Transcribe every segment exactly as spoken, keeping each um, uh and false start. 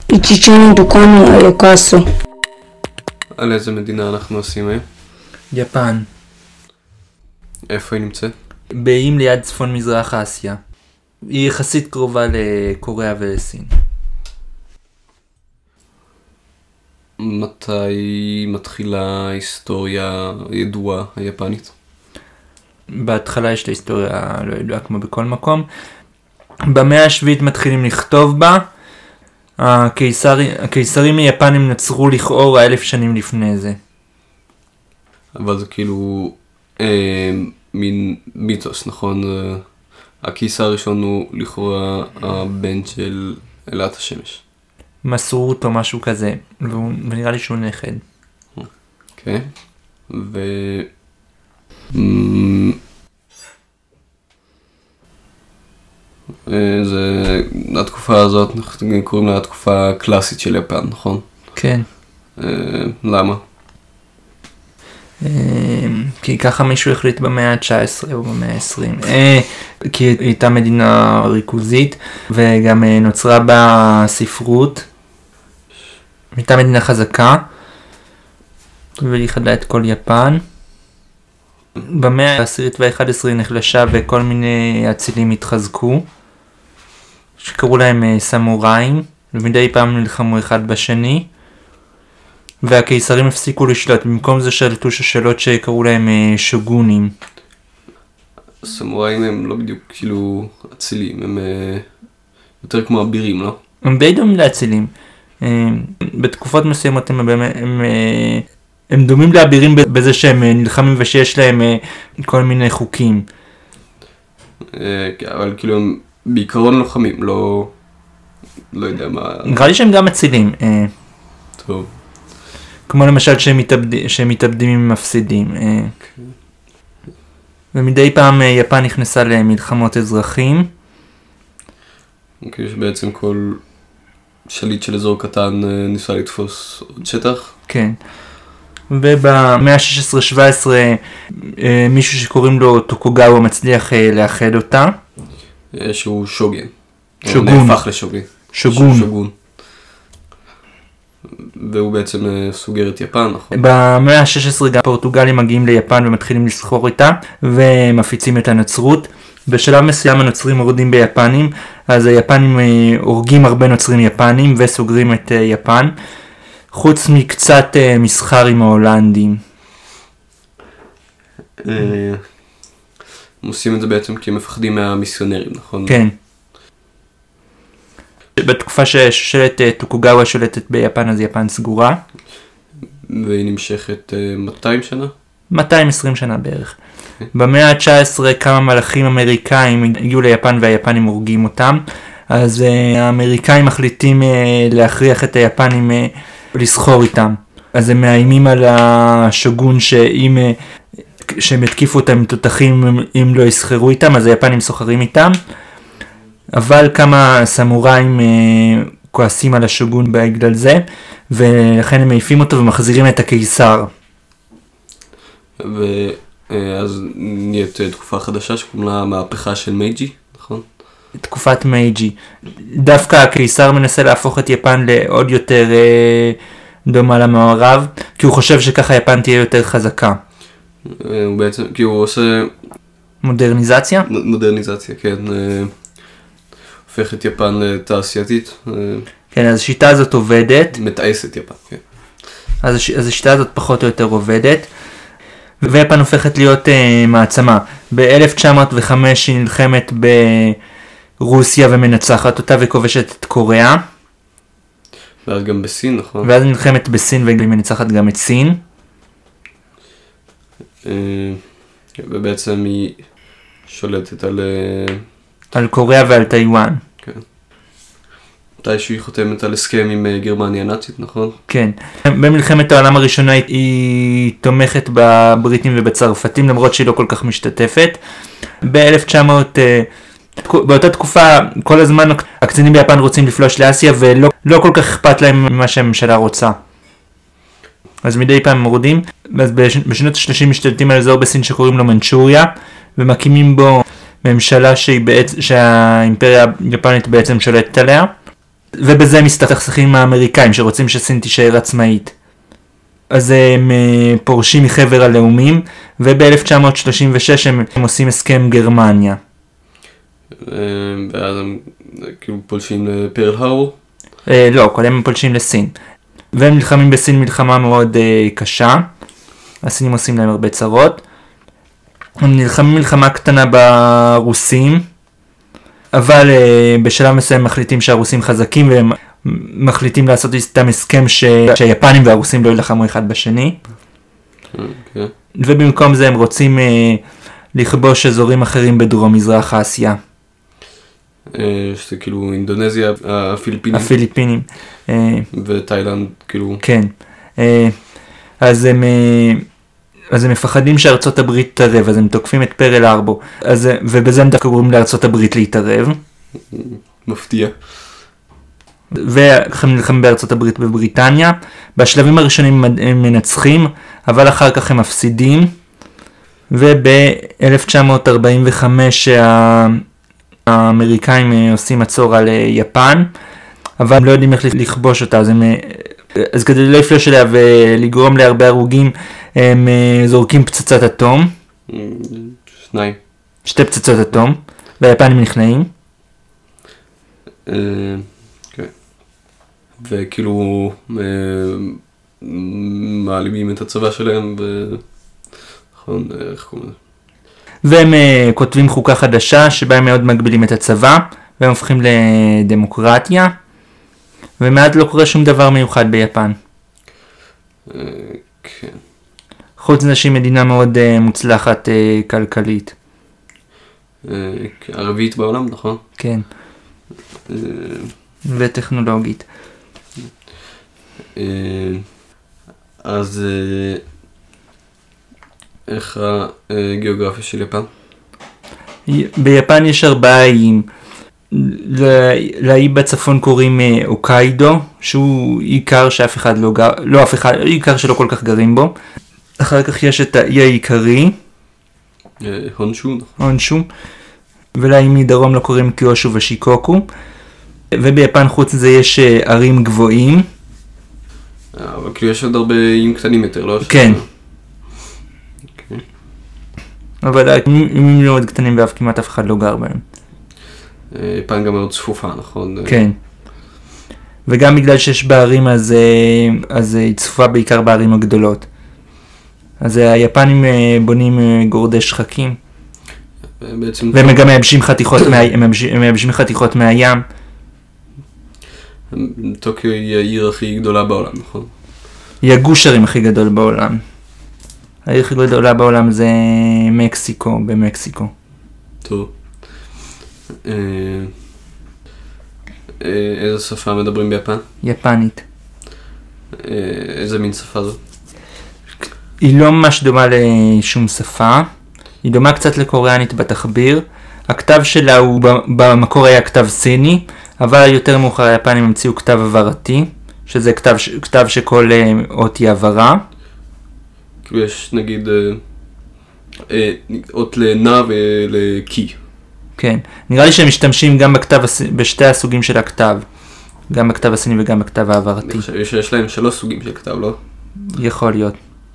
Ichichini Dukano Ayokaso. על איזה מדינה אנחנו עושים היום? יפן. איפה היא נמצאת? באיים ליד צפון מזרח אסיה. היא יחסית קרובה לקוריאה ולסין. מתי מתחילה ההיסטוריה הידועה היפנית? בהתחלה יש את ההיסטוריה לא ידועה כמו בכל מקום. במאה השביעית מתחילים לכתוב בה. הקיסרים, הקיסרים היפנים נוצרו לכאורה אלף שנים לפני זה. אבל זה כאילו אה, מין מיתוס, נכון? אה, הקיסר הראשון הוא לכאורה הבן של אלת השמש. מסרו או משהו כזה, והוא, ונראה לי שהוא נכד. אוקיי. ו... זה, התקופה הזאת, אנחנו קוראים לה התקופה הקלאסית של יפן, נכון? כן. למה? כי ככה מישהו החליט במאה ה-תשע עשרה או במאה ה-עשרים. כי היא הייתה מדינה ריכוזית, וגם נוצרה בספרות. הייתה מדינה חזקה, והיא חדלה את כל יפן. במאה העשירית והאחת עשרה נחלשה וכל מיני אצילים התחזקו, שקראו להם סמוראים, ומדי פעם נלחמו אחד בשני, והקיסרים הפסיקו לשלוט, במקום זה שלטו שושלות שקראו להם שוגונים. סמוראים הם לא בדיוק כאילו אצילים, הם יותר כמו אבירים, לא? הם די דומים לאצילים. בתקופות מסוימות הם, הם, הם, הם דומים לאבירים בזה שהם נלחמים ושיש להם כל מיני חוקים. אבל כאילו הם בעיקרון לוחמים, לא, לא יודע מה... נראה לי שהם גם אצילים. טוב. כמו למשל שהם מתאבדים, שהם מתאבדים עם מפסידים. Okay. ומדי פעם יפן נכנסה למלחמות אזרחים. אוקיי, okay, שבעצם כל שליט של אזור קטן ניסה לתפוס עוד שטח. כן. ובמאה ה-שש עשרה שבע עשרה מישהו שקוראים לו טוקוגאווה מצליח לאחד אותה. שהוא שוגן. שוגון. הוא נהפך לשוגן. שוגון. שוגון. והוא בעצם סוגר את יפן, נכון? במאה ה-שש עשרה גם פורטוגלים מגיעים ליפן ומתחילים לסחור איתה ומפיצים את הנוצרות. בשלב מסוים הנוצרים מורדים ביפנים, אז היפנים הורגים הרבה נוצרים יפנים וסוגרים את יפן, חוץ מקצת מסחר עם ההולנדים. הם עושים את זה בעצם כי הם מפחדים מהמיסיונרים, נכון? כן. בתקופה ששושלת טוקוגאווה שולטת ביפן, אז יפן סגורה. והיא נמשכת מאתיים שנה? מאתיים ועשרים שנה בערך. במאה ה-תשע עשרה כמה מלאכים אמריקאים הגיעו ליפן והיפנים הורגים אותם, אז האמריקאים מחליטים להכריח את היפנים לסחור איתם. אז הם מאיימים על השוגון שאם שהם יתקיפו אותם עם תותחים אם לא יסחרו איתם, אז היפנים סוחרים איתם. אבל כמה סמוראים כועסים על השוגון בגלל זה, ולכן הם מעיפים אותו ומחזירים את הקיסר. ואז נהיית תקופה חדשה שקוראים לה מהפכה של מייג'י, נכון? תקופת מייג'י. דווקא הקיסר מנסה להפוך את יפן לעוד יותר דומה למערב, כי הוא חושב שככה יפן תהיה יותר חזקה. הוא בעצם, כי הוא עושה... מודרניזציה? מודרניזציה, כן. הופך את יפן לתעשייתית. כן, אז השיטה הזאת עובדת. מתעסת יפן, כן. אז, הש... אז השיטה הזאת פחות או יותר עובדת. ויפן הופכת להיות uh, מעצמה. ב-אלף תשע מאות וחמש היא נלחמת ברוסיה ומנצחת אותה וכובשת את קוריאה. ואז גם בסין, נכון? ואז היא נלחמת בסין והיא מנצחת גם את סין. ובעצם היא שולטת על... על קוריאה ועל טיואן. כן. מתישהו היא חותמת על הסכם עם גרמניה הנאצית, נכון? כן. במלחמת העולם הראשונה היא תומכת בבריטים ובצרפתים, למרות שהיא לא כל כך משתתפת. ב-אלף תשע מאות, באותה תקופה, כל הזמן הקצינים ביפן רוצים לפלוש לאסיה, ולא לא כל כך אכפת להם ממה שהממשלה רוצה. אז מדי פעם מורדים, אז בשנות ה-שלושים משתלטים על אזור בסין שקוראים לו מנצ'וריה, ומקימים בו ממשלה שהיא בעצם, שהאימפריה היפנית בעצם שולטת עליה. ובזה מסתכסכים עם האמריקאים שרוצים שסין תישאר עצמאית. אז הם פורשים מחבר הלאומים, וב-אלף תשע מאות שלושים ושש הם, הם עושים הסכם גרמניה. ואז הם כאילו פולשים לפרל הרבור? לא, קודם הם פולשים לסין. והם נלחמים בסין מלחמה מאוד קשה. הסינים עושים להם הרבה צרות. הם נלחמים מלחמה קטנה ברוסים, אבל בשלב מסוים מחליטים שהרוסים חזקים, והם מחליטים לעשות איתם הסכם ש... שהיפנים והרוסים לא ילחמו אחד בשני. Okay. ובמקום זה הם רוצים אה, לכבוש אזורים אחרים בדרום מזרח אסיה. אה, שזה כאילו אינדונזיה, הפיליפינים. הפיליפינים. אה, ותאילנד, כאילו. כן. אה, אז הם... אה, אז הם מפחדים שארצות הברית תתערב, אז הם תוקפים את פרל הרבור, אז, ובזה הם דווקא גורמים לארצות הברית להתערב. מפתיע. וכך הם נלחמים בארצות הברית בבריטניה. בשלבים הראשונים הם מנצחים, אבל אחר כך הם מפסידים. וב-אלף תשע מאות ארבעים וחמש האמריקאים עושים מצור על יפן, אבל הם לא יודעים איך לכבוש אותה, אז, הם, אז כדי לא לפלוש אליה ולגרום להרבה הרוגים, הם זורקים פצצת אטום. שניים. שתי פצצות אטום, והיפנים נכנעים. וכאילו מעלימים את הצבא שלהם, נכון, איך קוראים לזה? והם uh, כותבים חוקה חדשה שבה הם מאוד מגבילים את הצבא, והם הופכים לדמוקרטיה, ומעט לא קורה שום דבר מיוחד ביפן. כן. חוץ מזה שהיא מדינה מאוד uh, מוצלחת uh, כלכלית. הרביעית בעולם, נכון? כן. וטכנולוגית. אז איך הגיאוגרפיה של יפן? ביפן יש ארבעה איים. לאי בצפון קוראים אוקיידו, שהוא עיקר שאף אחד לא גר, לא אף אחד, עיקר שלא כל כך גרים בו. אחר כך יש את האי העיקרי. הונשו. הונשו. ולאי מדרום לא קוראים קיושו ושיקוקו. וביפן חוץ לזה יש ערים גבוהים. אבל כאילו יש עוד הרבה איים קטנים יותר, לא? כן. אבל איים מאוד קטנים ואף כמעט אף אחד לא גר בהם. יפן גם מאוד צפופה, נכון? כן. וגם בגלל שיש בערים אז, אז היא צפופה בעיקר בערים הגדולות. אז היפנים בונים גורדי שחקים. בעצם... והם גם מייבשים חתיכות, מה... הם מייבשים חתיכות מהים. טוקיו היא העיר הכי גדולה בעולם, נכון? היא הגוש הערים הכי גדול בעולם. העיר הכי גדולה בעולם זה מקסיקו, במקסיקו. טוב. איזה שפה מדברים ביפן? יפנית. איזה מין שפה זו? היא לא ממש דומה לשום שפה. היא דומה קצת לקוריאנית בתחביר. הכתב שלה הוא במקור היה כתב סיני, אבל יותר מאוחר היפנים המציאו כתב עברתי, שזה כתב, כתב שכל אות היא עברה. כאילו יש נגיד אות לנע ולקי. כן, נראה לי שהם משתמשים גם בכתב, בשתי הסוגים של הכתב, גם בכתב הסיני וגם בכתב העברתי. יש, יש להם שלוש סוגים של כתב, לא? יכול להיות.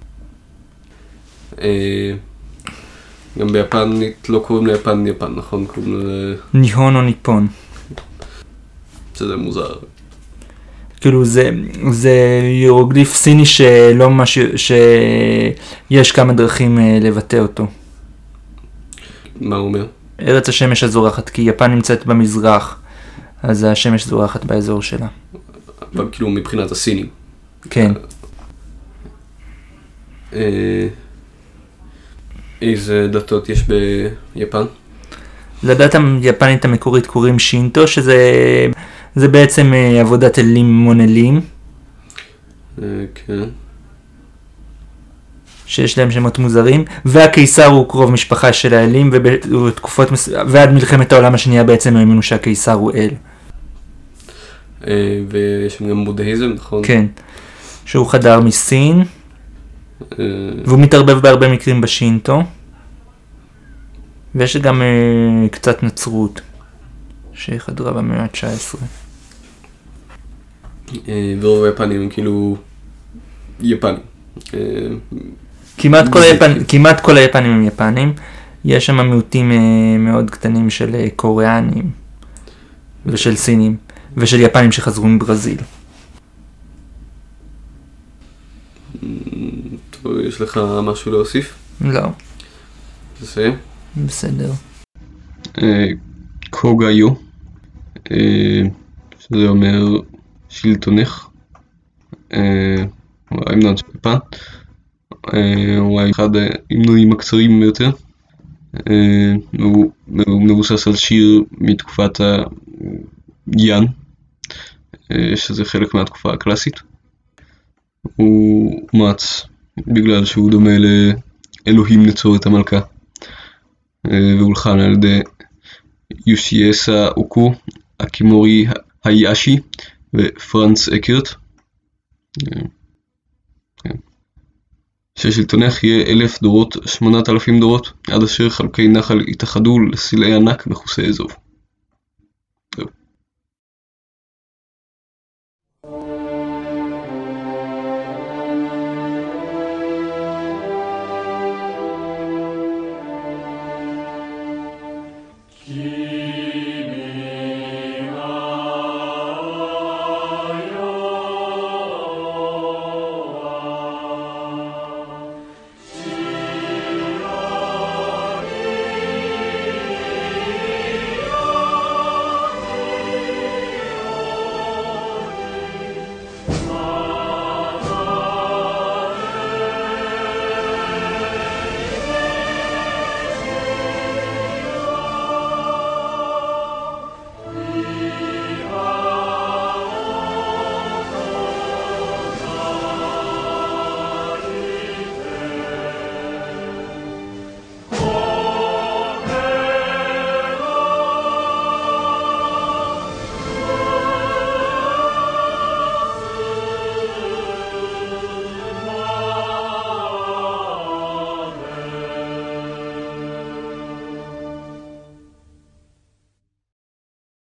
גם ביפנית לא קוראים ליפן יפן, נכון? קוראים ל... ניהון או ניפון. שזה מוזר. כאילו זה, זה הירוגליף סיני שלא ממש, שיש כמה דרכים לבטא אותו. מה הוא אומר? ארץ השמש הזורחת, כי יפן נמצאת במזרח, אז השמש זורחת באזור שלה. אבל כאילו מבחינת הסינים. כן. איזה דתות יש ביפן? לדת היפנית המקורית קוראים שינטו, שזה זה בעצם עבודת אלים מונלים. כן. שיש להם שמות מוזרים, והקיסר הוא קרוב משפחה של האלים, ובתקופות מס... ועד מלחמת העולם השנייה בעצם האמינו שהקיסר הוא אל. ויש גם בודהיזם, נכון? כן. שהוא חדר מסין, והוא מתערבב בהרבה מקרים בשינטו, ויש גם uh, קצת נצרות, שחדרה במאה ה-תשע עשרה. אה, ורוב היפנים הם כאילו יפנים. אה, כמעט כל, זה היפנ... כאילו. כמעט כל היפנים הם יפנים. יש שם מיעוטים אה, מאוד קטנים של אה, קוריאנים ושל סינים ושל יפנים שחזרו מברזיל. טוב, יש לך משהו להוסיף? לא, תסיים. בסדר. בסדר. קוגאיו, שזה אומר שלטונך, אה, הוא ההמנון של יפן, אה, הוא אחד ההמנונים הקצרים ביותר, אה, הוא הוא מבוסס על שיר מתקופת היאן, אה, שזה חלק מהתקופה הקלאסית. הוא אומץ בגלל שהוא דומה לאלוהים נצורת המלכה, אה, והולחן על ידי יושיאסה אוקו, אקימורי הייאשי ופרנץ אקרט. ששלטונך יהיה אלף דורות, שמונת אלפים דורות, עד אשר חלקי נחל יתאחדו לסלעי ענק מכוסי אזוב. זהו.